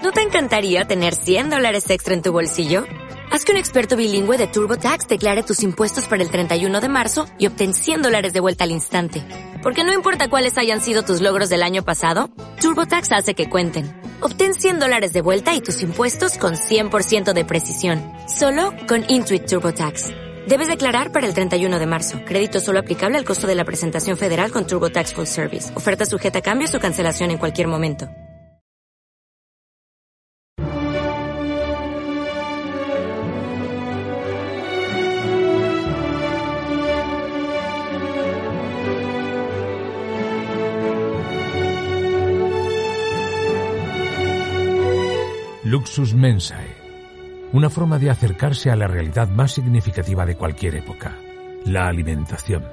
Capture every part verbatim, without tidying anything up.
¿No te encantaría tener cien dólares extra en tu bolsillo? Haz que un experto bilingüe de TurboTax declare tus impuestos para el treinta y uno de marzo y obtén cien dólares de vuelta al instante. Porque no importa cuáles hayan sido tus logros del año pasado, TurboTax hace que cuenten. Obtén cien dólares de vuelta y tus impuestos con cien por ciento de precisión. Solo con Intuit TurboTax. Debes declarar para el treinta y uno de marzo. Crédito solo aplicable al costo de la presentación federal con TurboTax Full Service. Oferta sujeta a cambios o cancelación en cualquier momento. Luxus Mensae, una forma de acercarse a la realidad más significativa de cualquier época, la alimentación.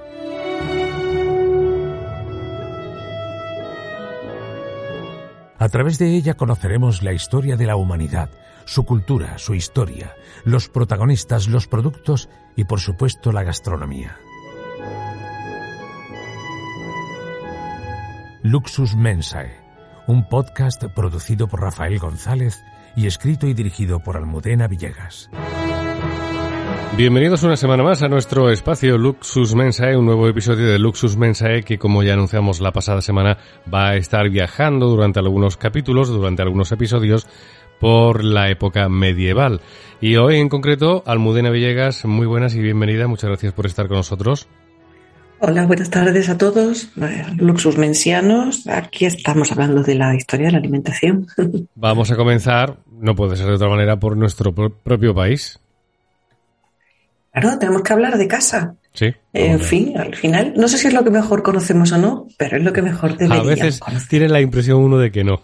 A través de ella conoceremos la historia de la humanidad, su cultura, su historia, los protagonistas, los productos y, por supuesto, la gastronomía. Luxus Mensae, un podcast producido por Rafael González y escrito y dirigido por Almudena Villegas. Bienvenidos una semana más a nuestro espacio Luxus Mensae, un nuevo episodio de Luxus Mensae que, como ya anunciamos la pasada semana, va a estar viajando durante algunos capítulos, durante algunos episodios, por la época medieval. Y hoy en concreto, Almudena Villegas, muy buenas y bienvenida, muchas gracias por estar con nosotros. Hola, buenas tardes a todos, Luxus Mensianos. Aquí estamos hablando de la historia de la alimentación. Vamos a comenzar, no puede ser de otra manera, por nuestro pro- propio país. Claro, tenemos que hablar de casa. Sí. En bueno. fin, al final, no sé si es lo que mejor conocemos o no, pero es lo que mejor deberíamos conocer. A veces conocer. Tiene la impresión uno de que no.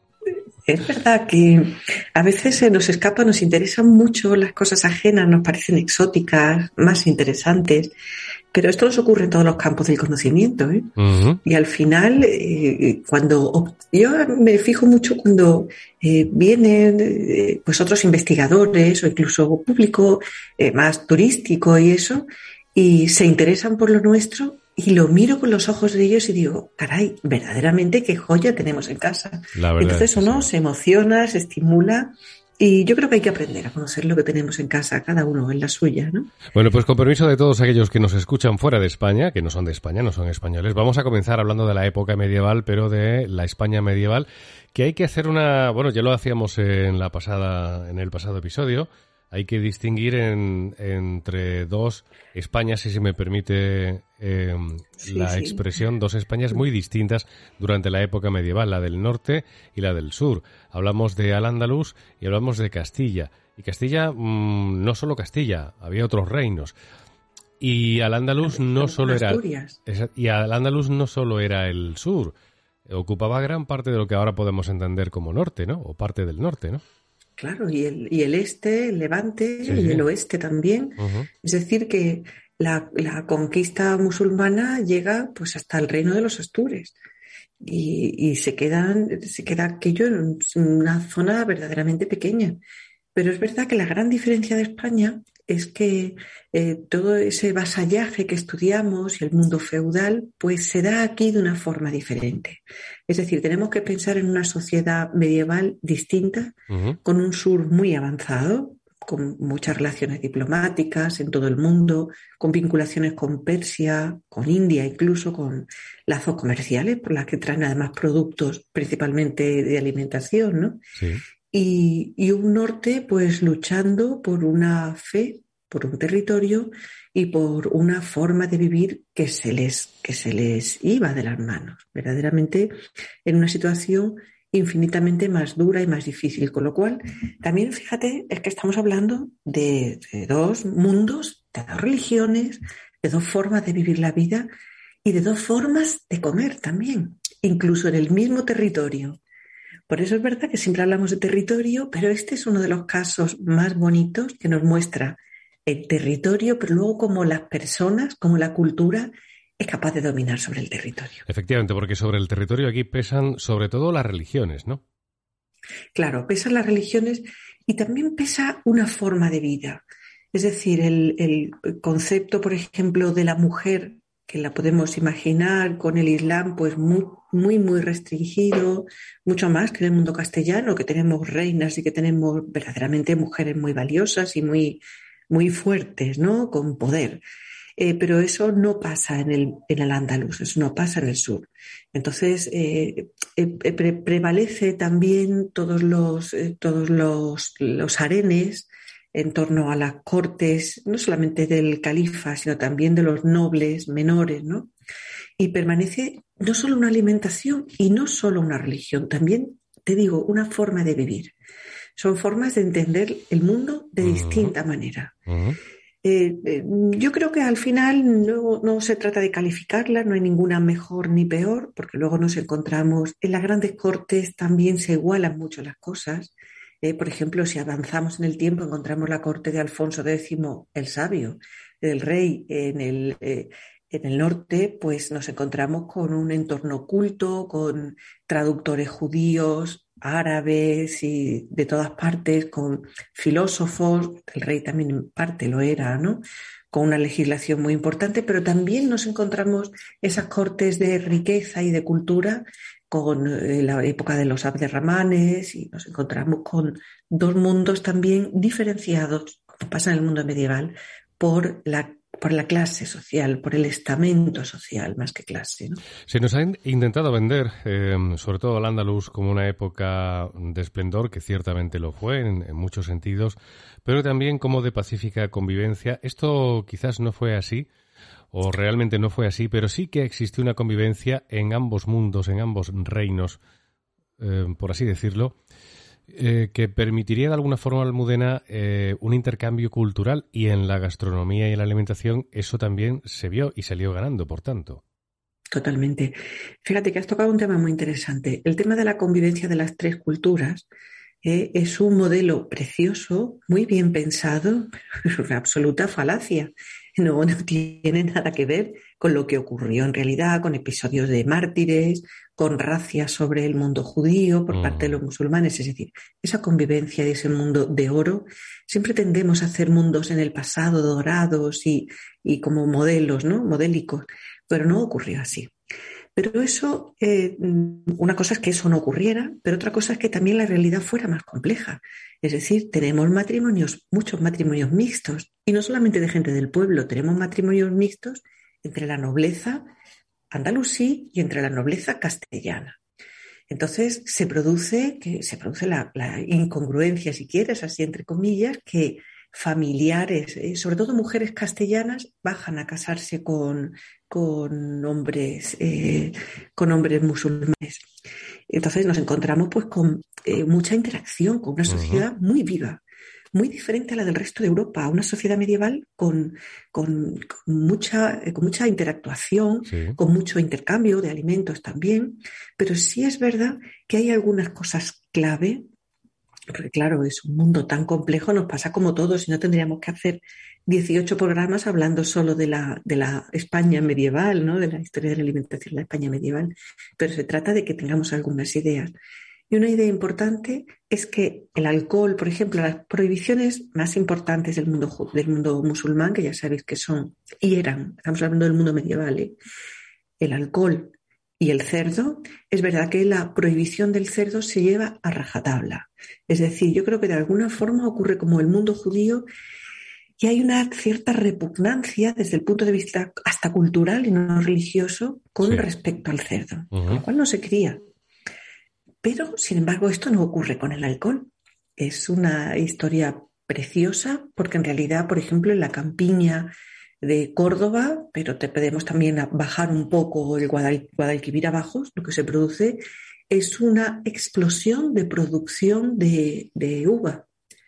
Es verdad que a veces se nos escapa, nos interesan mucho las cosas ajenas, nos parecen exóticas, más interesantes. Pero esto nos ocurre en todos los campos del conocimiento, ¿eh? Uh-huh. Y al final, eh, cuando yo me fijo mucho cuando eh, vienen eh, pues otros investigadores o incluso público eh, más turístico y eso, y se interesan por lo nuestro, y lo miro con los ojos de ellos y digo, caray, verdaderamente qué joya tenemos en casa. Entonces uno se emociona, se estimula. Y yo creo que hay que aprender a conocer lo que tenemos en casa, cada uno en la suya, ¿no? Bueno, pues con permiso de todos aquellos que nos escuchan fuera de España, que no son de España, no son españoles, vamos a comenzar hablando de la época medieval, pero de la España medieval, que hay que hacer una... Bueno, ya lo hacíamos en la pasada, en el pasado episodio, hay que distinguir en, entre dos Españas, si se me permite eh, sí, la sí. expresión, dos Españas muy distintas durante la época medieval, la del norte y la del sur. Hablamos de Al-Ándalus y hablamos de Castilla. Y Castilla, mmm, no solo Castilla, había otros reinos. Y Al-Ándalus no solo era y Al-Ándalus no solo era el sur, ocupaba gran parte de lo que ahora podemos entender como norte, ¿no? O parte del norte, ¿no? Claro, y el, y el este, el levante, sí, y el oeste también. Uh-huh. Es decir, que la, la conquista musulmana llega pues hasta el reino de los Astures y, y se, quedan, se queda aquello en una zona verdaderamente pequeña. Pero es verdad que la gran diferencia de España es que eh, todo ese vasallaje que estudiamos y el mundo feudal pues se da aquí de una forma diferente. Es decir, tenemos que pensar en una sociedad medieval distinta, uh-huh. con un sur muy avanzado, con muchas relaciones diplomáticas en todo el mundo, con vinculaciones con Persia, con India, incluso con lazos comerciales por las que traen además productos principalmente de alimentación, ¿no? Sí. Y, y un norte pues luchando por una fe, por un territorio y por una forma de vivir que se les, que se les iba de las manos, verdaderamente en una situación infinitamente más dura y más difícil, con lo cual también fíjate es que estamos hablando de, de dos mundos, de dos religiones, de dos formas de vivir la vida y de dos formas de comer también, incluso en el mismo territorio. Por eso es verdad que siempre hablamos de territorio, pero este es uno de los casos más bonitos que nos muestra el territorio, pero luego cómo las personas, cómo la cultura es capaz de dominar sobre el territorio. Efectivamente, porque sobre el territorio aquí pesan sobre todo las religiones, ¿no? Claro, pesan las religiones y también pesa una forma de vida. Es decir, el, el concepto, por ejemplo, de la mujer que la podemos imaginar con el Islam pues muy, muy, muy restringido, mucho más que en el mundo castellano, que tenemos reinas y que tenemos verdaderamente mujeres muy valiosas y muy, muy fuertes, ¿no? Con poder. Eh, pero eso no pasa en el, en el andaluz, eso no pasa en el sur. Entonces, eh, eh, pre prevalece también todos los, eh, todos los, los harenes en torno a las cortes, no solamente del califa, sino también de los nobles menores, ¿no? Y permanece no solo una alimentación y no solo una religión, también, te digo, una forma de vivir. Son formas de entender el mundo de uh-huh. distinta manera. Uh-huh. Eh, eh, yo creo que al final no, no se trata de calificarla, no hay ninguna mejor ni peor, porque luego nos encontramos en las grandes cortes, también se igualan mucho las cosas. Eh, por ejemplo, si avanzamos en el tiempo, encontramos la corte de Alfonso décimo el Sabio, del rey en el, eh, en el norte, pues nos encontramos con un entorno culto, con traductores judíos, árabes y de todas partes, con filósofos, el rey también en parte lo era, ¿no? Con una legislación muy importante, pero también nos encontramos esas cortes de riqueza y de cultura con eh, la época de los abderramanes y nos encontramos con dos mundos también diferenciados, como pasa en el mundo medieval, por la por la clase social, por el estamento social, más que clase, ¿no? Se nos ha intentado vender, eh, sobre todo al Andaluz, como una época de esplendor, que ciertamente lo fue en, en muchos sentidos, pero también como de pacífica convivencia. Esto quizás no fue así, o realmente no fue así, pero sí que existió una convivencia en ambos mundos, en ambos reinos, eh, por así decirlo, Eh, que permitiría de alguna forma a Almudena eh, un intercambio cultural, y en la gastronomía y en la alimentación eso también se vio y salió ganando, por tanto. Totalmente. Fíjate que has tocado un tema muy interesante. El tema de la convivencia de las tres culturas eh, es un modelo precioso, muy bien pensado, pero es una absoluta falacia. No, no tiene nada que ver con lo que ocurrió en realidad, con episodios de mártires, con racias sobre el mundo judío por uh-huh. parte de los musulmanes. Es decir, esa convivencia de ese mundo de oro, siempre tendemos a hacer mundos en el pasado dorados y, y como modelos, ¿no? Modélicos, pero no ocurrió así. Pero eso, eh, una cosa es que eso no ocurriera, pero otra cosa es que también la realidad fuera más compleja. Es decir, tenemos matrimonios, muchos matrimonios mixtos, y no solamente de gente del pueblo, tenemos matrimonios mixtos entre la nobleza andalusí y entre la nobleza castellana. Entonces se produce, que se produce la, la incongruencia, si quieres, así entre comillas, que familiares, eh, sobre todo mujeres castellanas, bajan a casarse con, con hombres, eh, con hombres musulmanes. Entonces nos encontramos pues con eh, mucha interacción, con una sociedad uh-huh. muy viva, muy diferente a la del resto de Europa, una sociedad medieval con, con, con, mucha, eh, con mucha interactuación, sí. con mucho intercambio de alimentos también, pero sí es verdad que hay algunas cosas clave. Porque claro, es un mundo tan complejo, nos pasa como todos, y no tendríamos que hacer dieciocho programas hablando solo de la, de la España medieval, ¿no? De la historia de la alimentación en la España medieval, pero se trata de que tengamos algunas ideas. Y una idea importante es que el alcohol, por ejemplo, las prohibiciones más importantes del mundo, del mundo musulmán, que ya sabéis que son y eran, estamos hablando del mundo medieval, ¿eh? El alcohol y el cerdo, es verdad que la prohibición del cerdo se lleva a rajatabla. Es decir, yo creo que de alguna forma ocurre como el mundo judío y hay una cierta repugnancia desde el punto de vista hasta cultural y no religioso con sí. respecto al cerdo, uh-huh. lo cual no se cría. Pero, sin embargo, esto no ocurre con el alcohol. Es una historia preciosa porque en realidad, por ejemplo, en la campiña de Córdoba, pero te podemos también bajar un poco el Guadal- Guadalquivir abajo, lo que se produce es una explosión de producción de, de uva.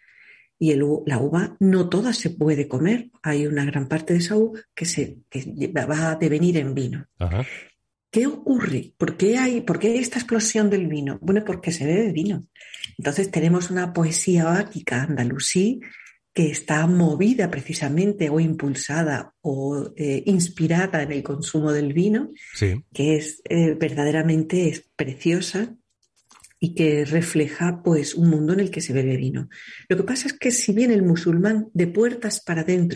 Y el, la uva no toda se puede comer. Hay una gran parte de esa uva que, se, que va a devenir en vino. Ajá. ¿Qué ocurre? ¿Por qué hay, por qué hay esta explosión del vino? Bueno, porque se bebe vino. Entonces tenemos una poesía báquica andalusí que está movida precisamente o impulsada o eh, inspirada en el consumo del vino, sí. que es eh, verdaderamente es preciosa y que refleja pues un mundo en el que se bebe vino. Lo que pasa es que si bien el musulmán de puertas para adentro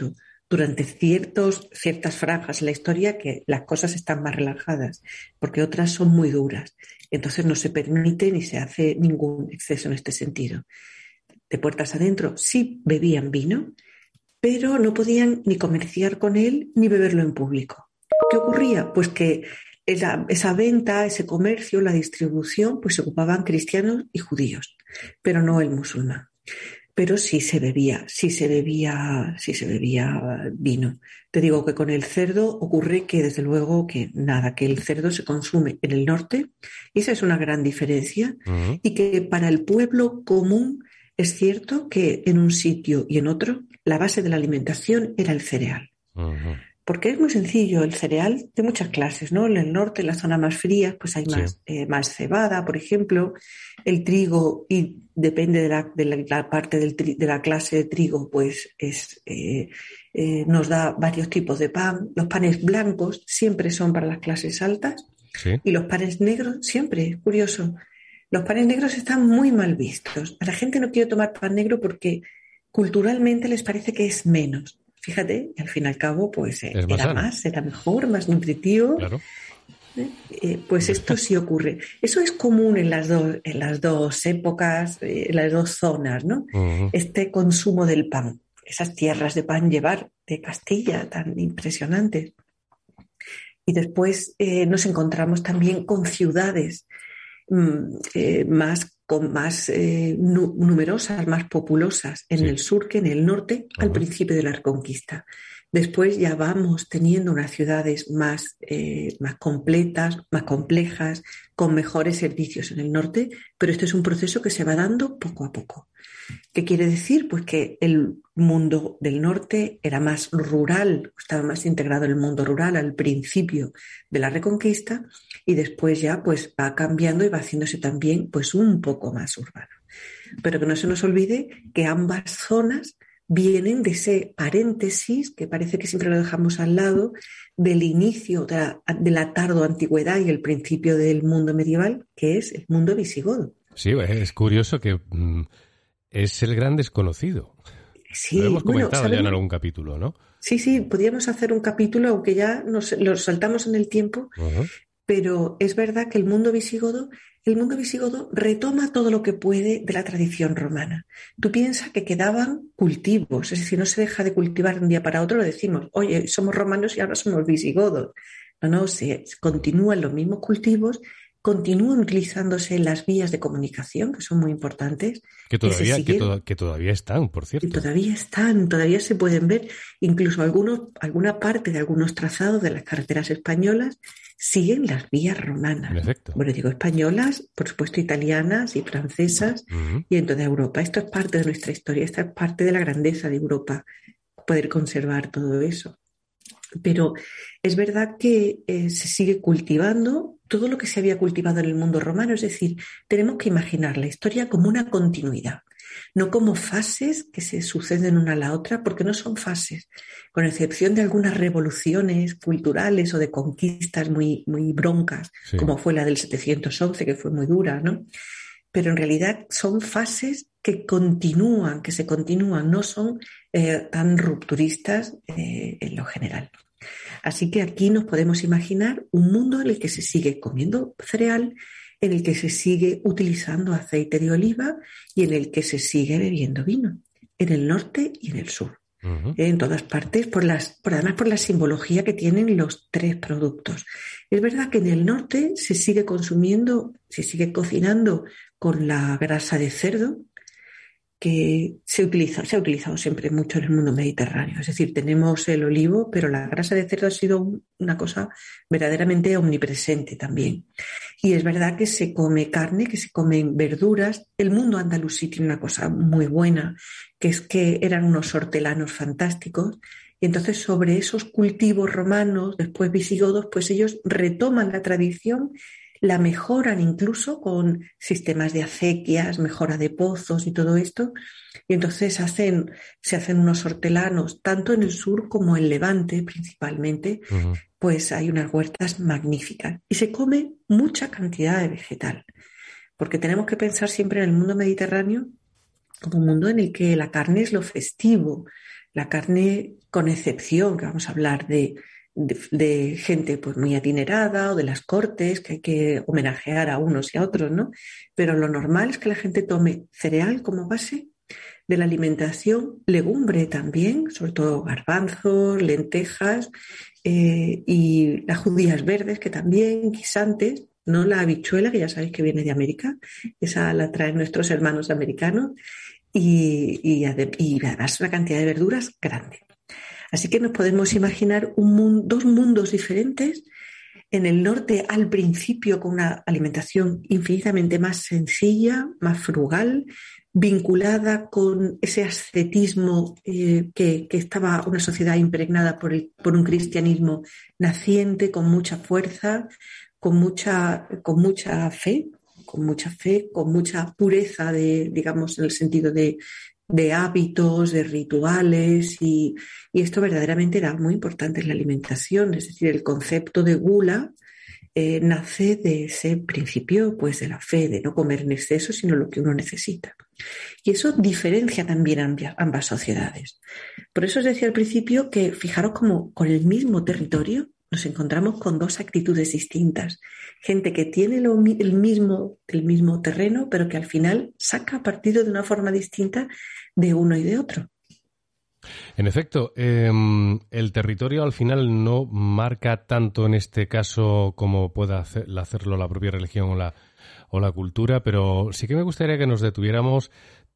durante ciertos, ciertas franjas en la historia que las cosas están más relajadas, porque otras son muy duras. Entonces no se permite ni se hace ningún exceso en este sentido. De puertas adentro sí bebían vino, pero no podían ni comerciar con él ni beberlo en público. ¿Qué ocurría? Pues que esa, esa venta, ese comercio, la distribución, pues se ocupaban cristianos y judíos, pero no el musulmán. Pero sí se bebía, sí se bebía, sí se bebía vino. Te digo que con el cerdo ocurre que desde luego que nada, que el cerdo se consume en el norte, y esa es una gran diferencia, uh-huh. y que para el pueblo común es cierto que en un sitio y en otro la base de la alimentación era el cereal. Uh-huh. Porque es muy sencillo, el cereal de muchas clases, ¿no? En el norte, en las zonas más frías, pues hay más, sí. eh, más cebada, por ejemplo. El trigo, y depende de la, de la, la parte del tri, de la clase de trigo, pues es, eh, eh, nos da varios tipos de pan. Los panes blancos siempre son para las clases altas, sí. y los panes negros siempre, es curioso. Los panes negros están muy mal vistos. A la gente no quiere tomar pan negro porque culturalmente les parece que es menos. Fíjate, y al fin y al cabo, pues eh, era sano. Más, era mejor, más nutritivo. Claro. ¿Eh? Eh, pues esto sí ocurre. Eso es común en las dos, en las dos épocas, eh, en las dos zonas, ¿no? Uh-huh. Este consumo del pan, esas tierras de pan llevar de Castilla tan impresionantes. Y después eh, nos encontramos también con ciudades mm, eh, más con más eh, nu- numerosas, más populosas en sí. el sur que en el norte, uh-huh. al principio de la Reconquista. Después ya vamos teniendo unas ciudades más, eh, más completas, más complejas, con mejores servicios en el norte, pero este es un proceso que se va dando poco a poco. ¿Qué quiere decir? Pues que el mundo del norte era más rural, estaba más integrado en el mundo rural al principio de la Reconquista, y después ya pues va cambiando y va haciéndose también pues un poco más urbano. Pero que no se nos olvide que ambas zonas vienen de ese paréntesis, que parece que siempre lo dejamos al lado, del inicio de la, de la tardo-antigüedad y el principio del mundo medieval, que es el mundo visigodo. Sí, es curioso que mmm, es el gran desconocido. Sí, lo hemos comentado bueno, ya en algún capítulo, ¿no? Sí, sí, podríamos hacer un capítulo, aunque ya nos lo saltamos en el tiempo, uh-huh. pero es verdad que el mundo visigodo, el mundo visigodo retoma todo lo que puede de la tradición romana. Tú piensas que quedaban cultivos, es decir, no se deja de cultivar de un día para otro, lo decimos, oye, somos romanos y ahora somos visigodos. No, no, se continúan los mismos cultivos, continúan utilizándose las vías de comunicación, que son muy importantes. Que todavía, que, que, to- que todavía están, por cierto. Que todavía están, todavía se pueden ver, incluso algunos, alguna parte de algunos trazados de las carreteras españolas siguen las vías romanas. Perfecto. Bueno, digo españolas, por supuesto italianas y francesas, uh-huh. y en toda Europa. Esto es parte de nuestra historia, esta es parte de la grandeza de Europa, poder conservar todo eso. Pero es verdad que eh, se sigue cultivando todo lo que se había cultivado en el mundo romano, es decir, tenemos que imaginar la historia como una continuidad, no como fases que se suceden una a la otra, porque no son fases, con excepción de algunas revoluciones culturales o de conquistas muy, muy broncas, sí. como fue la del setecientos once, que fue muy dura, ¿no? Pero en realidad son fases que continúan, que se continúan, no son eh, tan rupturistas eh, en lo general. Así que aquí nos podemos imaginar un mundo en el que se sigue comiendo cereal, en el que se sigue utilizando aceite de oliva y en el que se sigue bebiendo vino, en el norte y en el sur. Uh-huh. En todas partes, por las, por además por la simbología que tienen los tres productos. Es verdad que en el norte se sigue consumiendo, se sigue cocinando con la grasa de cerdo, que se utiliza, se ha utilizado siempre mucho en el mundo mediterráneo. Es decir, tenemos el olivo, pero la grasa de cerdo ha sido una cosa verdaderamente omnipresente también. Y es verdad que se come carne, que se comen verduras. El mundo andalusí tiene una cosa muy buena, que es que eran unos hortelanos fantásticos. Y entonces sobre esos cultivos romanos, después visigodos, pues ellos retoman la tradición, la mejoran incluso con sistemas de acequias, mejora de pozos y todo esto, y entonces hacen, se hacen unos hortelanos, tanto en el sur como en Levante principalmente, uh-huh. pues hay unas huertas magníficas y se come mucha cantidad de vegetal, porque tenemos que pensar siempre en el mundo mediterráneo como un mundo en el que la carne es lo festivo, la carne con excepción, que vamos a hablar de, de, de gente pues muy adinerada o de las cortes, que hay que homenajear a unos y a otros, ¿no? Pero lo normal es que la gente tome cereal como base de la alimentación, legumbre también, sobre todo garbanzos, lentejas eh, y las judías verdes, que también, guisantes, no la habichuela, que ya sabéis que viene de América, esa la traen nuestros hermanos americanos, y, y, y además una cantidad de verduras grande. Así que nos podemos imaginar un mundo, dos mundos diferentes. En el norte, al principio, con una alimentación infinitamente más sencilla, más frugal, vinculada con ese ascetismo eh, que, que estaba una sociedad impregnada por, el, por un cristianismo naciente, con mucha fuerza, con mucha, con mucha fe, con mucha fe, con mucha pureza, de, digamos, en el sentido de, de hábitos, de rituales, y, y esto verdaderamente era muy importante en la alimentación. Es decir, el concepto de gula eh, nace de ese principio, pues, de la fe, de no comer en exceso, sino lo que uno necesita. Y eso diferencia también ambas, ambas sociedades. Por eso os decía al principio que, fijaros cómo con el mismo territorio nos encontramos con dos actitudes distintas. Gente que tiene lo, el, mismo, el mismo terreno, pero que al final saca partido de una forma distinta de uno y de otro. En efecto, eh, el territorio al final no marca tanto en este caso como pueda hacer, hacerlo la propia religión o la, o la cultura, pero sí que me gustaría que nos detuviéramos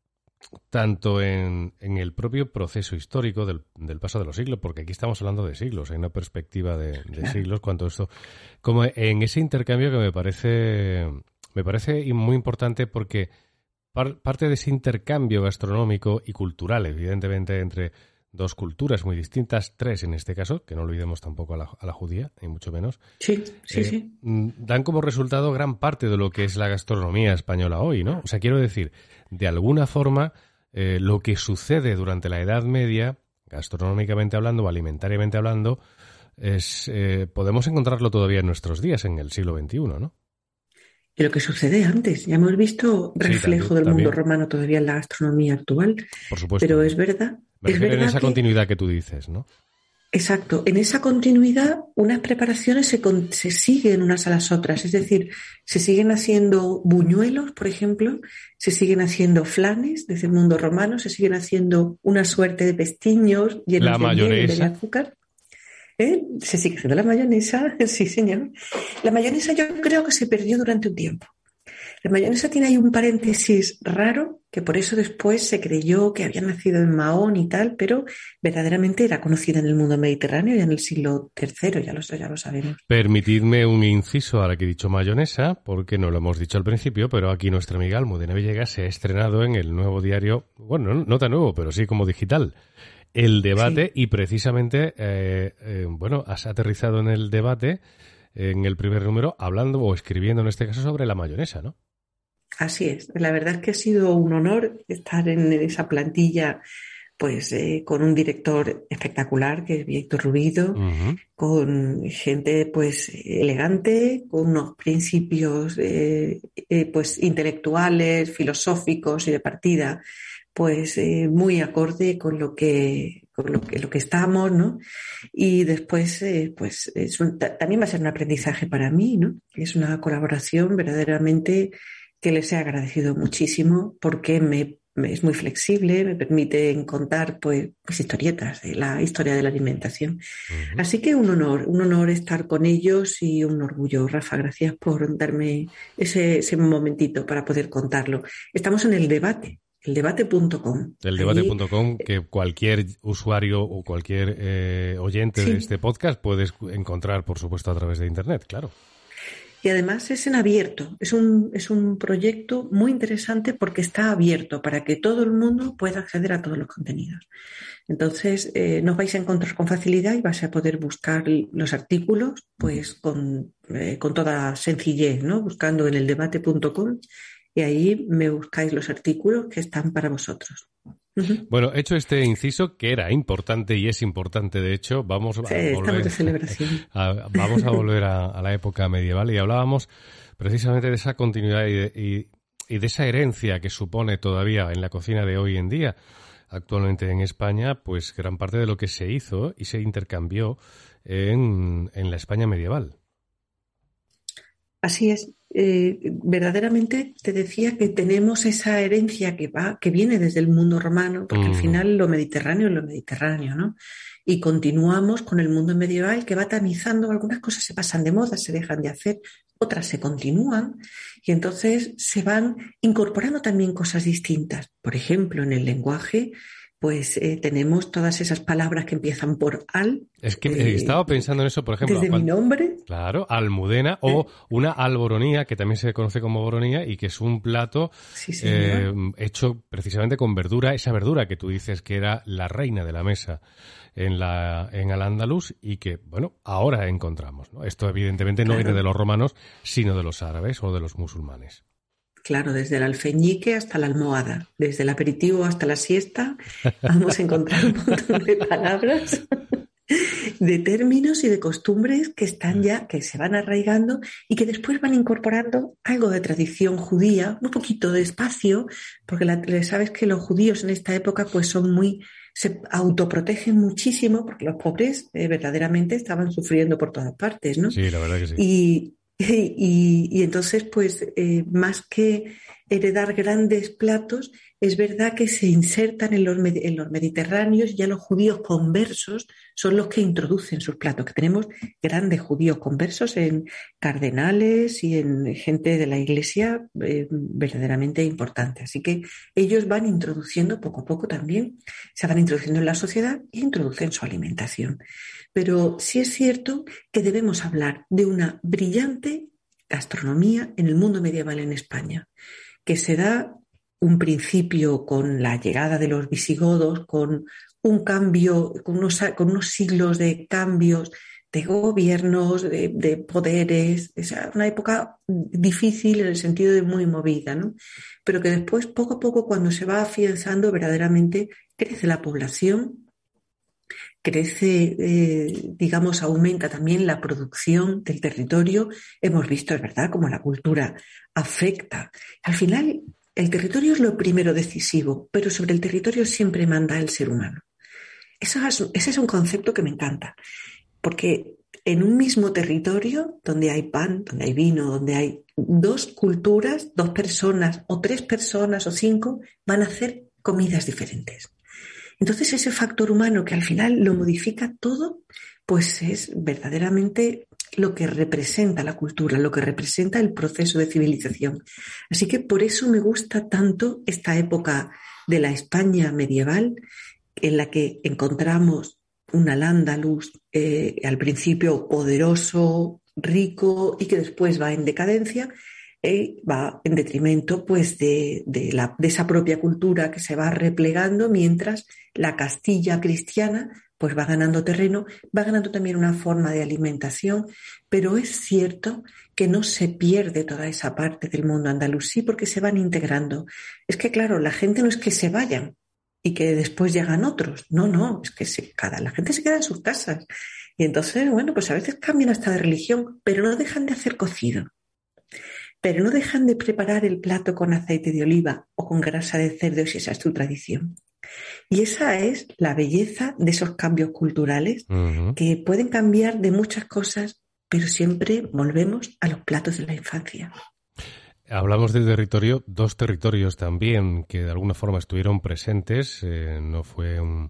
tanto en, en el propio proceso histórico del, del paso de los siglos, porque aquí estamos hablando de siglos, hay una perspectiva de, de claro. siglos, cuanto esto, como en ese intercambio que me parece, me parece muy importante, porque par, parte de ese intercambio gastronómico y cultural, evidentemente, entre dos culturas muy distintas, tres en este caso, que no olvidemos tampoco a la, a la judía, ni mucho menos, sí, sí, eh, sí. dan como resultado gran parte de lo que es la gastronomía española hoy, ¿no? O sea, quiero decir, de alguna forma, eh, lo que sucede durante la Edad Media, gastronómicamente hablando o alimentariamente hablando, es eh, podemos encontrarlo todavía en nuestros días, en el siglo veintiuno, ¿no? Y lo que sucede antes. Ya hemos visto reflejo sí, también, del mundo también. romano todavía en la gastronomía actual. Por supuesto. Pero es verdad. Me es refiero verdad en esa que... continuidad que tú dices, ¿no? Exacto. En esa continuidad, unas preparaciones se, con, se siguen unas a las otras. Es decir, se siguen haciendo buñuelos, por ejemplo, se siguen haciendo flanes desde el mundo romano, se siguen haciendo una suerte de pestiños llenos la de mayonesa. miel, de azúcar. ¿Eh? Se sigue haciendo la mayonesa, sí, señor. La mayonesa yo creo que se perdió durante un tiempo. La mayonesa tiene ahí un paréntesis raro, que por eso después se creyó que había nacido en Mahón y tal, pero verdaderamente era conocida en el mundo mediterráneo ya en el siglo tercero, ya lo, ya lo sabemos. Permitidme un inciso ahora que he dicho mayonesa, porque no lo hemos dicho al principio, pero aquí nuestra amiga Almudena Villegas se ha estrenado en el nuevo diario, bueno, no, no tan nuevo, pero sí como digital, El Debate, sí. Y precisamente, eh, eh, bueno, has aterrizado en El Debate, en el primer número, hablando o escribiendo en este caso sobre la mayonesa, ¿no? Así es. La verdad es que ha sido un honor estar en esa plantilla, pues eh, con un director espectacular, que es Víctor Rubido, uh-huh. con gente pues elegante, con unos principios eh, eh, pues intelectuales, filosóficos y de partida, pues eh, muy acorde con lo que con lo que lo que estamos, ¿no? Y después eh, pues es un, también va a ser un aprendizaje para mí, ¿no? Es una colaboración verdaderamente que les he agradecido muchísimo, porque me, me es muy flexible, me permite contar pues, pues historietas de la historia de la alimentación. Uh-huh. Así que un honor, un honor estar con ellos y un orgullo. Rafa, gracias por darme ese, ese momentito para poder contarlo. Estamos en El Debate. el debate punto com. el debate punto com, que cualquier usuario o cualquier eh, oyente sí. de este podcast puedes encontrar, por supuesto, a través de Internet, claro. Y además es en abierto, es un, es un proyecto muy interesante porque está abierto para que todo el mundo pueda acceder a todos los contenidos. Entonces, eh, nos vais a encontrar con facilidad y vais a poder buscar los artículos pues con, eh, con toda sencillez, ¿no? Buscando en el debate punto com, y ahí me buscáis los artículos que están para vosotros. Uh-huh. Bueno, hecho este inciso, que era importante y es importante, de hecho, vamos a sí, volver, de celebración. A, vamos a, volver a, a la época medieval, y hablábamos precisamente de esa continuidad y de, y, y de esa herencia que supone todavía en la cocina de hoy en día. actualmente en España, pues gran parte de lo que se hizo y se intercambió en, en la España medieval. Así es. Eh, verdaderamente te decía que tenemos esa herencia que va, que viene desde el mundo romano, porque mm. al final lo mediterráneo es lo mediterráneo, ¿no? Y continuamos con el mundo medieval que va tamizando, algunas cosas se pasan de moda, se dejan de hacer, otras se continúan, y entonces se van incorporando también cosas distintas. Por ejemplo, en el lenguaje, pues eh, tenemos todas esas palabras que empiezan por al. Es que eh, estaba pensando en eso, por ejemplo. Desde cuando, mi nombre. Claro, almudena o eh. una alboronía, que también se conoce como boronía y que es un plato sí, eh, hecho precisamente con verdura, esa verdura que tú dices que era la reina de la mesa en la en Al-Ándalus y que, bueno, ahora encontramos, ¿no? Esto evidentemente no claro. viene de los romanos, sino de los árabes o de los musulmanes. Claro, desde el alfeñique hasta la almohada, desde el aperitivo hasta la siesta, vamos a encontrar un montón de palabras, de términos y de costumbres que están ya, que se van arraigando y que después van incorporando algo de tradición judía, un poquito de espacio, porque la, sabes que los judíos en esta época pues son muy, se autoprotegen muchísimo porque los pobres eh, verdaderamente estaban sufriendo por todas partes, ¿no? Sí, la verdad que sí. Y, Y, y entonces, pues, eh, más que heredar grandes platos, es verdad que se insertan en los, en los mediterráneos, ya los judíos conversos son los que introducen sus platos, que tenemos grandes judíos conversos en cardenales y en gente de la iglesia eh, verdaderamente importante. Así que ellos van introduciendo poco a poco también, se van introduciendo en la sociedad e introducen su alimentación. Pero sí es cierto que debemos hablar de una brillante gastronomía en el mundo medieval en España, que se da un principio con la llegada de los visigodos, con un cambio, con unos, con unos siglos de cambios de gobiernos, de, de poderes, es una época difícil en el sentido de muy movida, ¿no? Pero que después, poco a poco, cuando se va afianzando, verdaderamente crece la población, crece, eh, digamos, aumenta también la producción del territorio. Hemos visto, es verdad, cómo la cultura afecta. Al final, el territorio es lo primero decisivo, pero sobre el territorio siempre manda el ser humano. Eso es, ese es un concepto que me encanta, porque en un mismo territorio, donde hay pan, donde hay vino, donde hay dos culturas, dos personas, o tres personas, o cinco, van a hacer comidas diferentes. Entonces ese factor humano que al final lo modifica todo, pues es verdaderamente lo que representa la cultura, lo que representa el proceso de civilización. Así que por eso me gusta tanto esta época de la España medieval, en la que encontramos un Al-Ándalus eh, al principio poderoso, rico y que después va en decadencia, Eh, va en detrimento pues, de, de, la, de esa propia cultura que se va replegando, mientras la Castilla cristiana pues, va ganando terreno, va ganando también una forma de alimentación, pero es cierto que no se pierde toda esa parte del mundo andalusí porque se van integrando. Es que claro, la gente no es que se vayan y que después llegan otros, no, no, es que se, cada, la gente se queda en sus casas y entonces, bueno, pues a veces cambian hasta de religión, pero no dejan de hacer cocido. Pero no dejan de preparar el plato con aceite de oliva o con grasa de cerdo si esa es tu tradición. Y esa es la belleza de esos cambios culturales uh-huh. que pueden cambiar de muchas cosas, pero siempre volvemos a los platos de la infancia. Hablamos del territorio, dos territorios también que de alguna forma estuvieron presentes, eh, no fue un,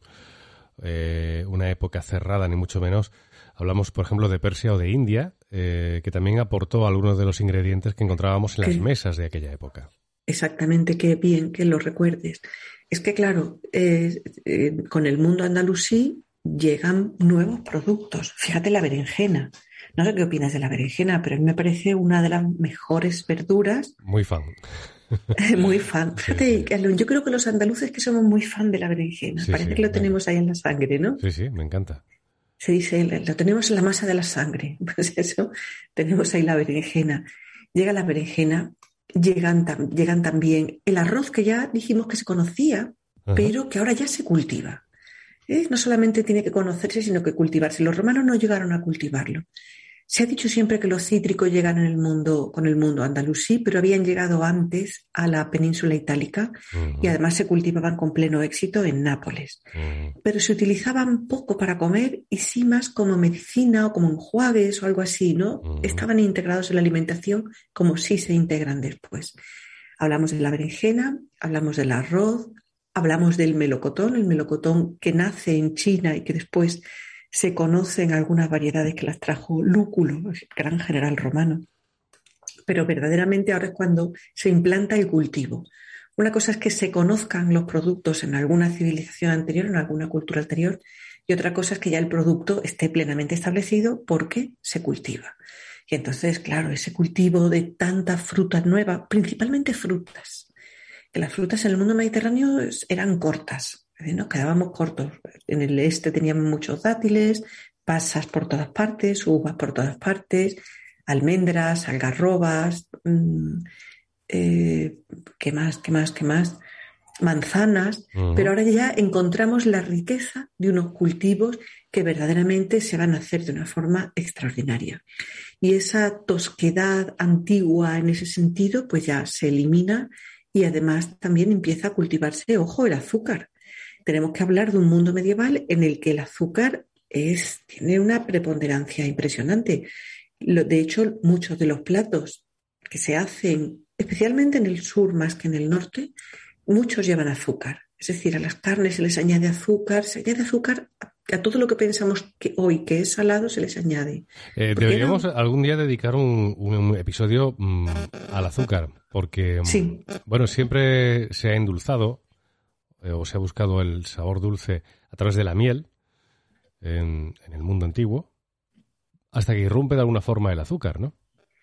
eh, una época cerrada ni mucho menos. Hablamos, por ejemplo, de Persia o de India, eh, que también aportó algunos de los ingredientes que encontrábamos en las ¿Qué? mesas de aquella época. Exactamente, qué bien que lo recuerdes. Es que, claro, eh, eh, con el mundo andalusí llegan nuevos productos. Fíjate la berenjena. No sé qué opinas de la berenjena, pero a mí me parece una de las mejores verduras. Muy fan. Muy fan. Fíjate, sí, sí. Yo creo que los andaluces que somos muy fan de la berenjena. Sí, parece sí, que lo tenemos ahí en la sangre, ¿no? Sí, sí, me encanta. Se dice, lo tenemos en la masa de la sangre. Pues eso, tenemos ahí la berenjena. Llega la berenjena, llegan, llegan también el arroz que ya dijimos que se conocía, Ajá. pero que ahora ya se cultiva. ¿Eh? No solamente tiene que conocerse, sino que cultivarse. Los romanos no llegaron a cultivarlo. Se ha dicho siempre que los cítricos llegan en el mundo, con el mundo andalusí, pero habían llegado antes a la península itálica uh-huh. y además se cultivaban con pleno éxito en Nápoles. Uh-huh. Pero se utilizaban poco para comer y sí más como medicina o como enjuagues o algo así, ¿no? Uh-huh. Estaban integrados en la alimentación como sí se integran después. Hablamos de la berenjena, hablamos del arroz, hablamos del melocotón, el melocotón que nace en China y que después se conocen algunas variedades que las trajo Lúculo, el gran general romano. Pero verdaderamente ahora es cuando se implanta el cultivo. Una cosa es que se conozcan los productos en alguna civilización anterior, en alguna cultura anterior, y otra cosa es que ya el producto esté plenamente establecido porque se cultiva. Y entonces, claro, ese cultivo de tantas frutas nuevas, principalmente frutas, que las frutas en el mundo mediterráneo eran cortas, nos quedábamos cortos. En el este teníamos muchos dátiles, pasas por todas partes, uvas por todas partes, almendras, algarrobas, mmm, eh, ¿qué más, qué más, qué más? Manzanas, uh-huh. pero ahora ya encontramos la riqueza de unos cultivos que verdaderamente se van a hacer de una forma extraordinaria. Y esa tosquedad antigua en ese sentido, pues ya se elimina y además también empieza a cultivarse, ojo, el azúcar. Tenemos que hablar de un mundo medieval en el que el azúcar es, tiene una preponderancia impresionante. De hecho, muchos de los platos que se hacen, especialmente en el sur más que en el norte, muchos llevan azúcar. Es decir, a las carnes se les añade azúcar, se añade azúcar a, a todo lo que pensamos que hoy que es salado se les añade. Eh, deberíamos era... algún día dedicar un, un episodio mmm, al azúcar, porque sí. bueno, siempre se ha endulzado o se ha buscado el sabor dulce a través de la miel en, en el mundo antiguo, hasta que irrumpe de alguna forma el azúcar, ¿no?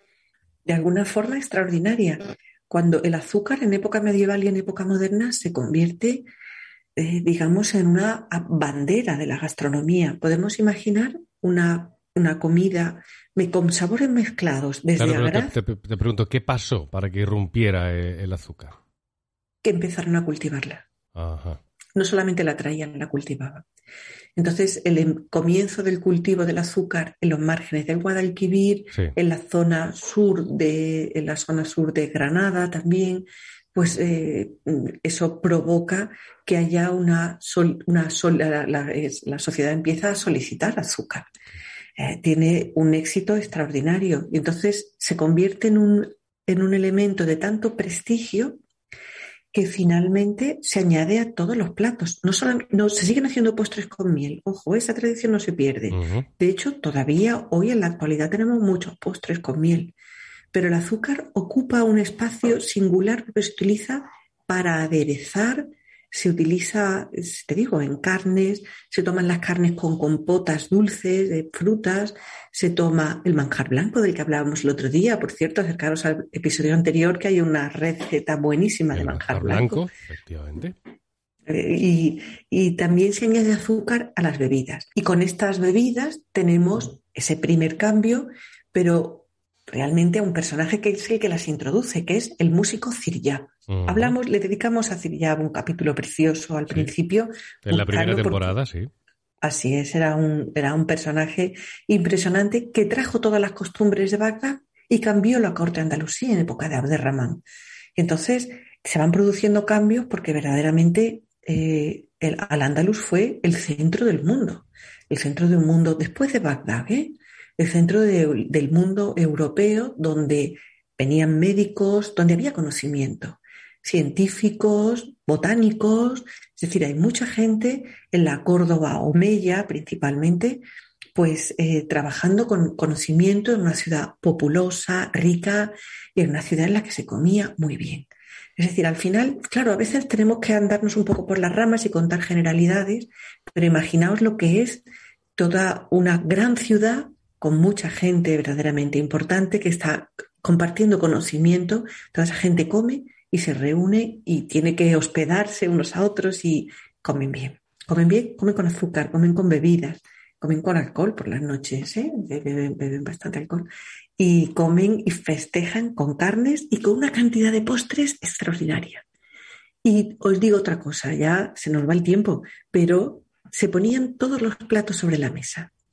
De alguna forma extraordinaria. Cuando el azúcar en época medieval y en época moderna se convierte, eh, digamos, en una bandera de la gastronomía. Podemos imaginar una, una comida con sabores mezclados, desde claro, agraz... Te, te, te pregunto, ¿qué pasó para que irrumpiera el azúcar? Que empezaron a cultivarla. Ajá. No solamente la traían, la cultivaban. Entonces, el comienzo del cultivo del azúcar en los márgenes del Guadalquivir, sí. en la zona sur de, en la zona sur de Granada también, pues eh, eso provoca que haya una, sol, una sol, la, la, la sociedad empieza a solicitar azúcar. Eh, tiene un éxito extraordinario y entonces se convierte en un, en un elemento de tanto prestigio que finalmente se añade a todos los platos. No solo, no, se siguen haciendo postres con miel. Ojo, esa tradición no se pierde. Uh-huh. De hecho, todavía hoy en la actualidad tenemos muchos postres con miel. Pero el azúcar ocupa un espacio singular porque se utiliza para aderezar, se utiliza, te digo, en carnes, se toman las carnes con compotas dulces, de frutas, se toma el manjar blanco del que hablábamos el otro día. Por cierto, acercaros al episodio anterior que hay una receta buenísima el de manjar, manjar blanco. blanco. Efectivamente. Y, y también se añade azúcar a las bebidas. Y con estas bebidas tenemos ese primer cambio, pero realmente a un personaje que es el que las introduce, que es el músico Ziryab. Uh-huh. Hablamos, le dedicamos a Ziryab un capítulo precioso al sí. principio. En la primera temporada, porque, sí. Así es, era un, era un personaje impresionante que trajo todas las costumbres de Bagdad y cambió la corte andalusí en época de Abderramán. Entonces se van produciendo cambios porque verdaderamente eh, el, Al-Ándalus fue el centro del mundo, el centro de un mundo después de Bagdad, ¿eh? el centro de, del mundo europeo donde venían médicos, donde había conocimiento, científicos, botánicos, es decir, hay mucha gente en la Córdoba omeya principalmente, pues eh, trabajando con conocimiento en una ciudad populosa, rica y en una ciudad en la que se comía muy bien. Es decir, al final, claro, a veces tenemos que andarnos un poco por las ramas y contar generalidades, pero imaginaos lo que es toda una gran ciudad con mucha gente verdaderamente importante que está compartiendo conocimiento, toda esa gente come y se reúne y tiene que hospedarse unos a otros y comen bien. Comen bien, comen con azúcar, comen con bebidas, comen con alcohol por las noches, ¿eh? beben, beben bastante alcohol. Y comen y festejan con carnes y con una cantidad de postres extraordinaria. Y os digo otra cosa, ya se nos va el tiempo, pero se ponían todos los platos sobre la mesa.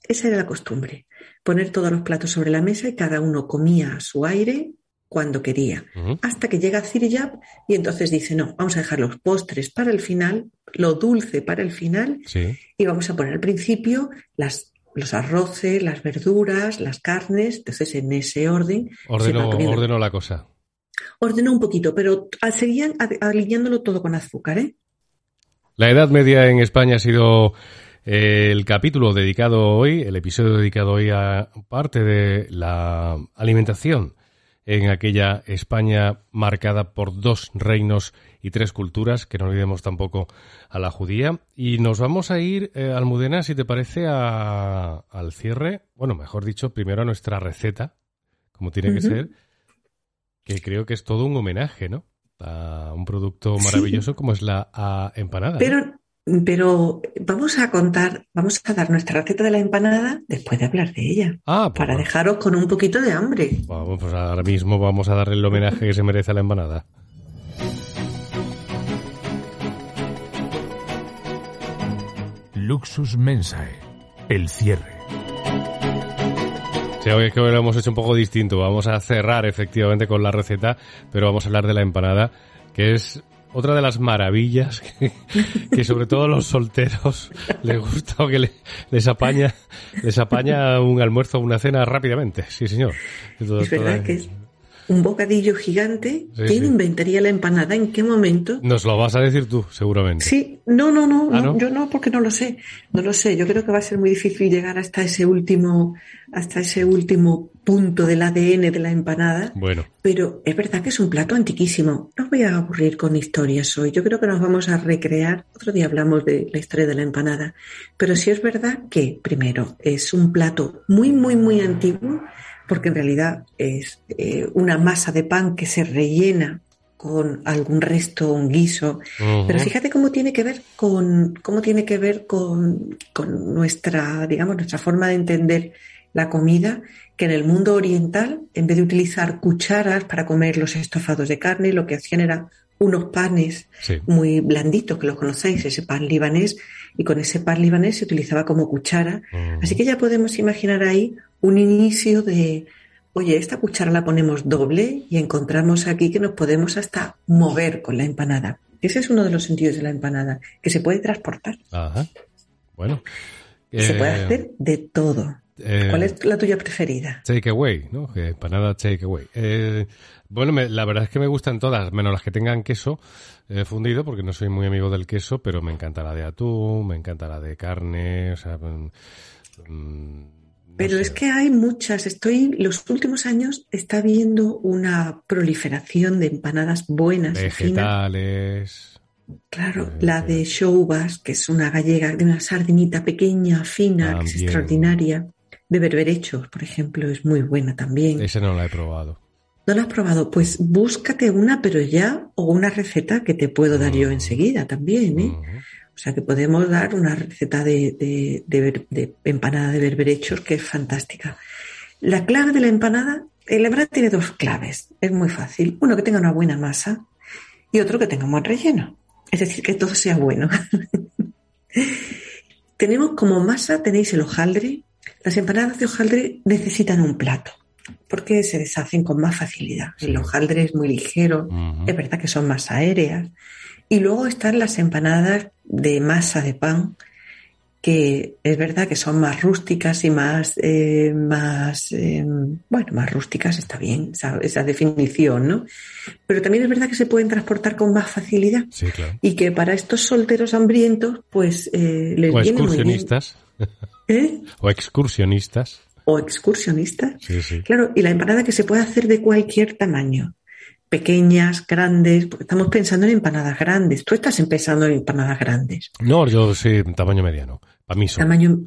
esa era la costumbre, poner todos los platos sobre la mesa y cada uno comía a su aire cuando quería, uh-huh. hasta que llega Ziryab y entonces dice, no, vamos a dejar los postres para el final, lo dulce para el final, sí. y vamos a poner al principio las, los arroces, las verduras, las carnes, entonces en ese orden. Ordenó, ordenó la cosa. Ordenó un poquito, pero seguían alineándolo todo con azúcar, ¿eh? La Edad Media en España ha sido eh, el capítulo dedicado hoy, el episodio dedicado hoy a parte de la alimentación en aquella España marcada por dos reinos y tres culturas, que no olvidemos tampoco a la judía. Y nos vamos a ir, eh, Almudena, si te parece, a, al cierre, bueno, mejor dicho, primero a nuestra receta, como tiene uh-huh. que ser, que creo que es todo un homenaje, ¿no? A un producto maravilloso sí. como es la a, empanada. Pero, ¿no? pero vamos a contar, vamos a dar nuestra receta de la empanada después de hablar de ella, ah, pues para bueno. dejaros con un poquito de hambre. Vamos, pues ahora mismo vamos a darle el homenaje que se merece a la empanada. Luxus Mensae, el cierre. Sí, hoy es que lo hemos hecho un poco distinto. Vamos a cerrar efectivamente con la receta, pero vamos a hablar de la empanada, que es otra de las maravillas que, que sobre todo a los solteros les gusta o que le, les apaña les apaña un almuerzo o una cena rápidamente. Sí, señor. Todo, es verdad que es un bocadillo gigante. Sí, ¿Quién sí. inventaría la empanada? ¿En qué momento? Nos lo vas a decir tú, seguramente. Sí, no, no, no, ¿Ah, no, no? Yo no, porque no lo sé. No lo sé. Yo creo que va a ser muy difícil llegar hasta ese último, hasta ese último punto del A D N de la empanada. Bueno. Pero es verdad que es un plato antiquísimo. No os voy a aburrir con historias hoy. Yo creo que nos vamos a recrear. Otro día hablamos de la historia de la empanada. Pero sí es verdad que, primero, es un plato muy, muy, muy antiguo, porque en realidad es eh, una masa de pan que se rellena con algún resto, un guiso. Uh-huh. Pero fíjate cómo tiene que ver con cómo tiene que ver con, con nuestra, digamos, nuestra forma de entender la comida, que en el mundo oriental, en vez de utilizar cucharas para comer los estofados de carne, lo que hacían era unos panes sí. muy blanditos, que los conocéis, ese pan libanés, y con ese pan libanés se utilizaba como cuchara. Uh-huh. Así que ya podemos imaginar ahí un inicio de, oye, esta cuchara la ponemos doble y encontramos aquí que nos podemos hasta mover con la empanada. Ese es uno de los sentidos de la empanada, que se puede transportar. Ajá. Bueno. Eh, se puede hacer de todo. Eh, ¿Cuál es la tuya preferida? Take away, ¿no? Empanada take away. Eh, bueno, me, la verdad es que me gustan todas, menos las que tengan queso eh, fundido, porque no soy muy amigo del queso, pero me encanta la de atún, me encanta la de carne, o sea... Mmm, No Pero sé. Es que hay muchas. Estoy, los últimos años está habiendo una proliferación de empanadas buenas. Vegetales. Claro, eh, la de Shoubas, que es una gallega, de una sardinita pequeña, fina, también. Que es extraordinaria. De berberechos, por ejemplo, es muy buena también. Ese no la he probado. ¿No la has probado? Pues búscate una, pero ya, o una receta que te puedo dar uh-huh. yo enseguida también, ¿eh? Uh-huh. O sea que podemos dar una receta de, de, de, de empanada de berberechos que es fantástica. La clave de la empanada, la empanada tiene dos claves, es muy fácil. Uno, que tenga una buena masa y otro, que tenga un buen relleno. Es decir, que todo sea bueno. Tenemos como masa, tenéis el hojaldre. Las empanadas de hojaldre necesitan un plato porque se deshacen con más facilidad. Sí. El hojaldre es muy ligero, uh-huh. es verdad que son más aéreas. Y luego están las empanadas de masa de pan, que es verdad que son más rústicas y más, eh, más eh, bueno, más rústicas, está bien esa, esa definición, ¿no? Pero también es verdad que se pueden transportar con más facilidad. Sí, claro. Y que para estos solteros hambrientos, pues eh, les o viene muy bien. excursionistas. ¿Eh? O excursionistas. O excursionistas. Sí, sí. Claro, y la empanada que se puede hacer de cualquier tamaño. Pequeñas, grandes, porque estamos pensando en empanadas grandes. Tú estás pensando en empanadas grandes. No, yo sí, tamaño mediano. Para mí solo. Tamaño...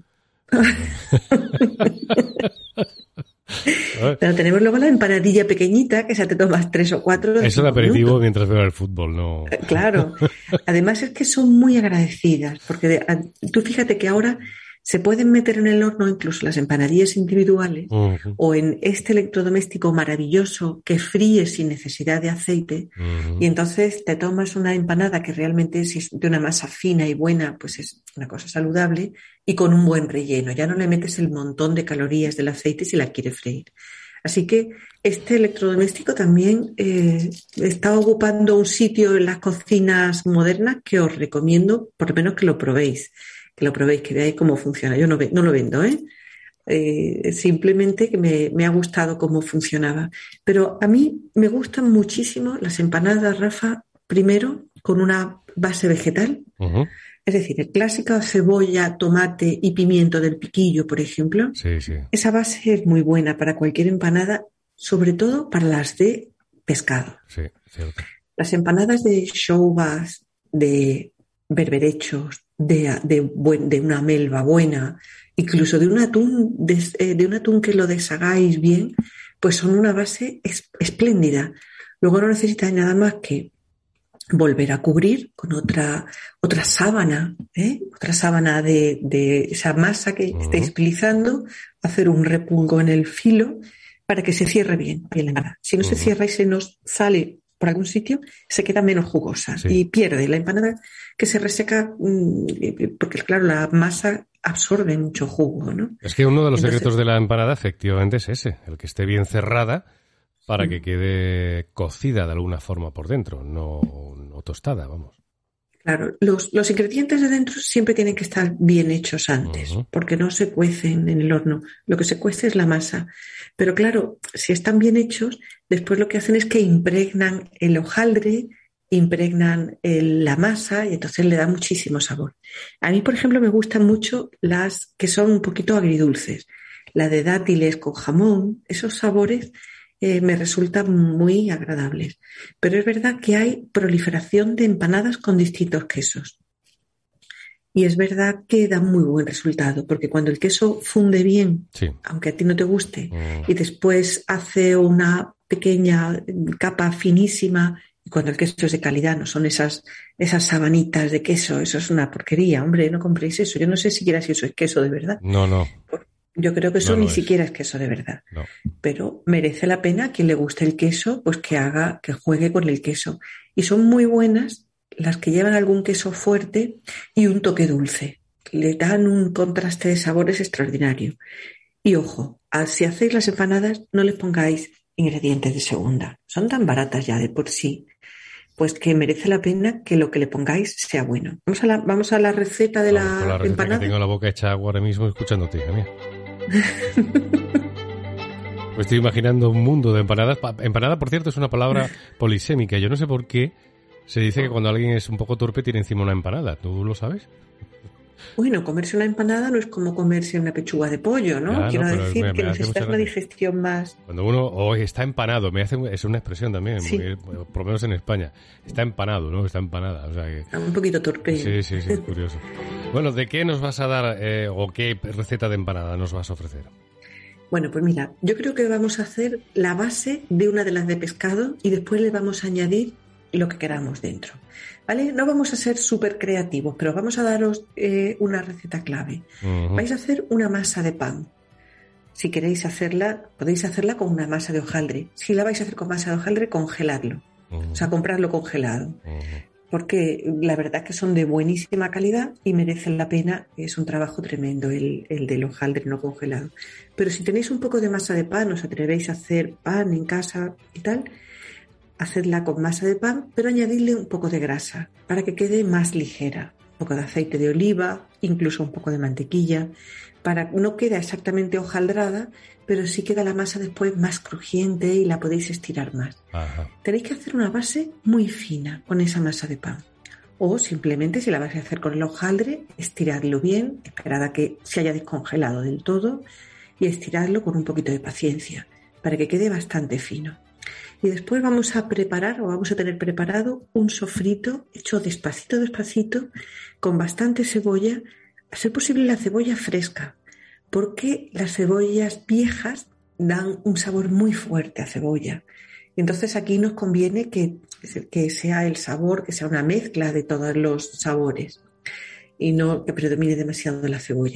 Pero tenemos luego la empanadilla pequeñita, que ya te tomas tres o cuatro. Es un aperitivo minutos. Mientras veo el fútbol, ¿no? Claro. Además es que son muy agradecidas, porque de, a, tú fíjate que ahora Se pueden meter en el horno incluso las empanadillas individuales uh-huh. o en este electrodoméstico maravilloso que fríe sin necesidad de aceite uh-huh. y entonces te tomas una empanada que realmente es de una masa fina y buena, pues es una cosa saludable y con un buen relleno. Ya no le metes el montón de calorías del aceite si la quieres freír. Así que este electrodoméstico también eh, está ocupando un sitio en las cocinas modernas que os recomiendo por lo menos que lo probéis. que lo probéis, que veáis cómo funciona. Yo no, ve, no lo vendo, ¿eh? eh simplemente que me, me ha gustado cómo funcionaba. Pero a mí me gustan muchísimo las empanadas, Rafa, primero con una base vegetal. Uh-huh. Es decir, el clásico cebolla, tomate y pimiento del piquillo, por ejemplo. Sí, sí. Esa base es muy buena para cualquier empanada, sobre todo para las de pescado. Sí, cierto. Las empanadas de shoubas, de berberechos, de, de, buen, de una melva buena, incluso de un atún, de, de un atún que lo deshagáis bien, pues son una base es, espléndida. Luego no necesitáis nada más que volver a cubrir con otra, otra sábana, ¿eh? otra sábana de, de esa masa que uh-huh. estáis utilizando, hacer un repulgo en el filo para que se cierre bien, bien la empanada. Si no uh-huh. se cierra y se nos sale por algún sitio, se queda menos jugosa sí. y pierde la empanada que se reseca, porque claro, la masa absorbe mucho jugo, ¿no? Es que uno de los Entonces, secretos de la empanada efectivamente es ese, el que esté bien cerrada para mm. que quede cocida de alguna forma por dentro, no, no tostada, vamos. Claro, los, los ingredientes de dentro siempre tienen que estar bien hechos antes, uh-huh. porque no se cuecen en el horno. Lo que se cuece es la masa. Pero claro, si están bien hechos, después lo que hacen es que impregnan el hojaldre, impregnan el, la masa y entonces le da muchísimo sabor. A mí, por ejemplo, me gustan mucho las que son un poquito agridulces. La de dátiles con jamón, esos sabores Eh, me resultan muy agradables. Pero es verdad que hay proliferación de empanadas con distintos quesos. Y es verdad que da muy buen resultado, porque cuando el queso funde bien, sí. aunque a ti no te guste, mm. y después hace una pequeña capa finísima, y cuando el queso es de calidad, no son esas, esas sabanitas de queso, eso es una porquería, hombre, no compréis eso. Yo no sé siquiera si eso es queso de verdad. No, no. Porque yo creo que eso no, no ni es. siquiera es queso de verdad. No. Pero merece la pena a quien le guste el queso, pues que haga, que juegue con el queso. Y son muy buenas las que llevan algún queso fuerte y un toque dulce. Le dan un contraste de sabores extraordinario. Y ojo, si hacéis las empanadas, no les pongáis ingredientes de segunda. Son tan baratas ya de por sí, pues que merece la pena que lo que le pongáis sea bueno. Vamos a la, vamos a la receta de vamos la, la receta empanada. Que tengo la boca hecha agua ahora mismo escuchándote, hija mía. Me estoy imaginando un mundo de empanadas. Empanada, por cierto, es una palabra polisémica. Yo no sé por qué se dice que cuando alguien es un poco torpe tiene encima una empanada. ¿Tú lo sabes? Bueno, comerse una empanada no es como comerse una pechuga de pollo, ¿no? Ya, Quiero no, decir me, que me necesitas una digestión más... Cuando uno oh, está empanado, me hace es una expresión también, sí. muy, por lo menos en España. Está empanado, ¿no? Está empanada. O sea que... Un poquito torpe. Sí, sí, sí, curioso. Bueno, ¿de qué nos vas a dar eh, o qué receta de empanada nos vas a ofrecer? Bueno, pues mira, yo creo que vamos a hacer la base de una de las de pescado y después le vamos a añadir lo que queramos dentro, ¿vale? No vamos a ser súper creativos, pero vamos a daros eh, una receta clave. Uh-huh. Vais a hacer una masa de pan. Si queréis hacerla, podéis hacerla con una masa de hojaldre. Si la vais a hacer con masa de hojaldre, congeladlo. Uh-huh. O sea, comprarlo congelado. Uh-huh. Porque la verdad es que son de buenísima calidad y merecen la pena. Es un trabajo tremendo el, el del hojaldre no congelado. Pero si tenéis un poco de masa de pan, os atrevéis a hacer pan en casa y tal, hacedla con masa de pan, pero añadidle un poco de grasa para que quede más ligera. Un poco de aceite de oliva, incluso un poco de mantequilla, para no quede exactamente hojaldrada, pero sí queda la masa después más crujiente y la podéis estirar más. Ajá. Tenéis que hacer una base muy fina con esa masa de pan. O simplemente, si la vais a hacer con el hojaldre, estiradlo bien, esperad a que se haya descongelado del todo y estiradlo con un poquito de paciencia para que quede bastante fino. Y después vamos a preparar o vamos a tener preparado un sofrito hecho despacito, despacito, con bastante cebolla, a ser posible la cebolla fresca, porque las cebollas viejas dan un sabor muy fuerte a cebolla. Entonces aquí nos conviene que, que sea el sabor, que sea una mezcla de todos los sabores y no que predomine demasiado la cebolla.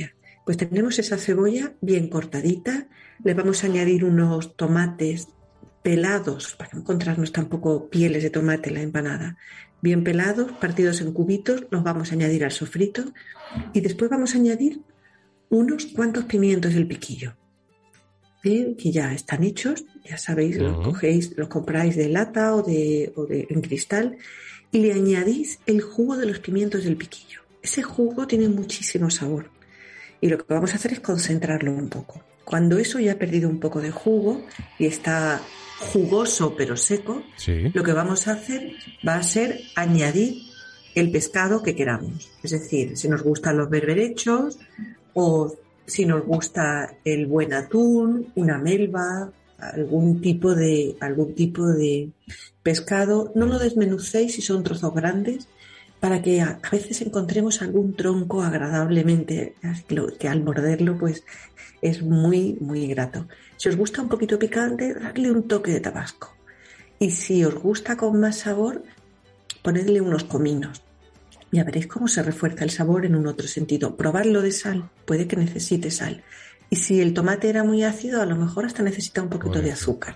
Pues tenemos esa cebolla bien cortadita, le vamos a añadir unos tomates pelados, para no encontrarnos tampoco pieles de tomate en la empanada, bien pelados, partidos en cubitos, los vamos a añadir al sofrito y después vamos a añadir unos cuantos pimientos del piquillo, ¿sí? Que ya están hechos, ya sabéis, uh-huh. los cogéis, los compráis de lata o de, o de en cristal y le añadís el jugo de los pimientos del piquillo. Ese jugo tiene muchísimo sabor y lo que vamos a hacer es concentrarlo un poco. Cuando eso ya ha perdido un poco de jugo y está jugoso pero seco, sí. lo que vamos a hacer va a ser añadir el pescado que queramos. Es decir, si nos gustan los berberechos o si nos gusta el buen atún, una melva, algún tipo de, algún tipo de pescado. No lo desmenucéis si son trozos grandes para que a, a veces encontremos algún tronco agradablemente, que, que al morderlo pues es muy, muy grato. Si os gusta un poquito picante, dadle un toque de tabasco. Y si os gusta con más sabor, ponedle unos cominos. Ya veréis cómo se refuerza el sabor en un otro sentido. Probadlo de sal, puede que necesite sal. Y si el tomate era muy ácido, a lo mejor hasta necesita un poquito de azúcar.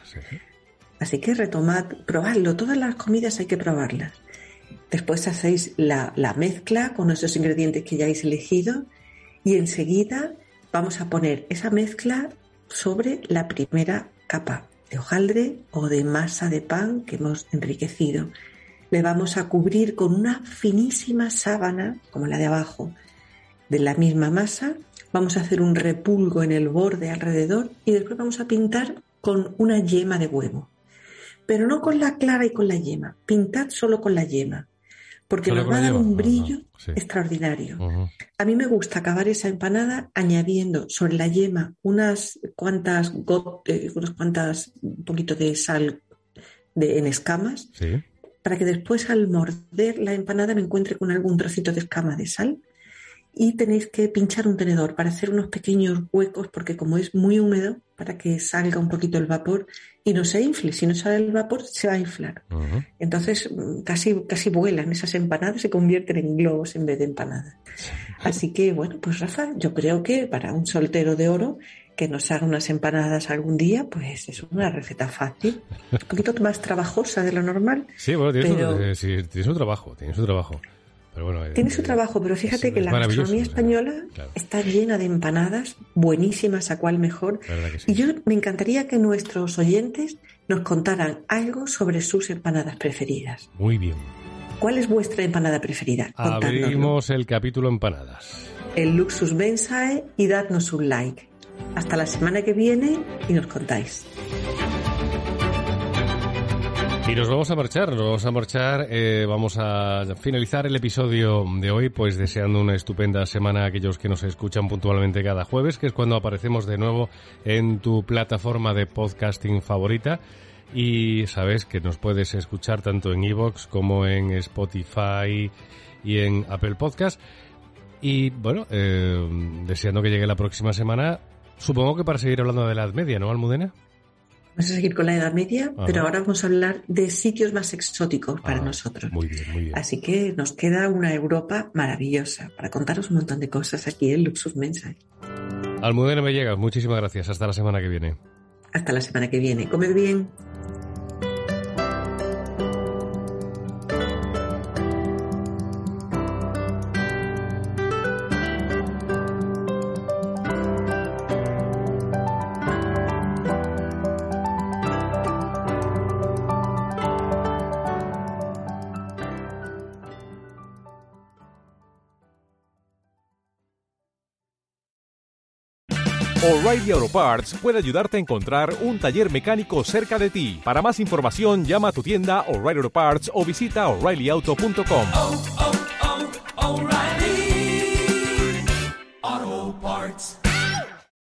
Así que retomad, probadlo. Todas las comidas hay que probarlas. Después hacéis la, la mezcla con esos ingredientes que ya habéis elegido y enseguida vamos a poner esa mezcla sobre la primera capa de hojaldre o de masa de pan que hemos enriquecido. Le vamos a cubrir con una finísima sábana, como la de abajo, de la misma masa. Vamos a hacer un repulgo en el borde alrededor y después vamos a pintar con una yema de huevo. Pero no con la clara y con la yema. Pintad solo con la yema, porque nos va a dar un brillo uh-huh. sí. extraordinario. Uh-huh. A mí me gusta acabar esa empanada añadiendo sobre la yema unas cuantas, got, eh, unas cuantas, un poquito de sal de, en escamas, sí. para que después al morder la empanada me encuentre con algún trocito de escama de sal. Y tenéis que pinchar un tenedor para hacer unos pequeños huecos, porque como es muy húmedo, para que salga un poquito el vapor y no se infle. Si no sale el vapor, se va a inflar. Uh-huh. Entonces, casi, casi vuelan esas empanadas, se convierten en globos en vez de empanadas. Así que, bueno, pues Rafa, yo creo que para un soltero de oro que nos haga unas empanadas algún día, pues es una receta fácil. Un poquito más trabajosa de lo normal. Sí, bueno, tiene, pero... su, eh, sí, tiene su trabajo, tiene su trabajo. Pero bueno, Tiene eh, su trabajo, pero fíjate que la gastronomía española o sea, claro. está llena de empanadas buenísimas, a cuál mejor. Sí. Y yo me encantaría que nuestros oyentes nos contaran algo sobre sus empanadas preferidas. Muy bien. ¿Cuál es vuestra empanada preferida? Abrimos el capítulo empanadas. El Luxus Bensae y dadnos un like. Hasta la semana que viene y nos contáis. Y nos vamos a marchar, nos vamos a marchar, eh, vamos a finalizar el episodio de hoy, pues deseando una estupenda semana a aquellos que nos escuchan puntualmente cada jueves, que es cuando aparecemos de nuevo en tu plataforma de podcasting favorita. Y sabes que nos puedes escuchar tanto en iVoox como en Spotify y en Apple Podcast. Y bueno, eh, deseando que llegue la próxima semana, supongo que para seguir hablando de la Edad Media, ¿no, Almudena? Vamos a seguir con la Edad Media, Ajá. pero ahora vamos a hablar de sitios más exóticos para ah, nosotros. Muy bien, muy bien. Así que nos queda una Europa maravillosa para contaros un montón de cosas aquí en Luxus Bensae. Almudena Mellegas, muchísimas gracias. Hasta la semana que viene. Hasta la semana que viene. Comed bien. O'Reilly Auto Parts puede ayudarte a encontrar un taller mecánico cerca de ti. Para más información, llama a tu tienda O'Reilly Auto Parts o visita O'Reilly Auto punto com. Oh, oh, oh, O'Reilly Auto Parts.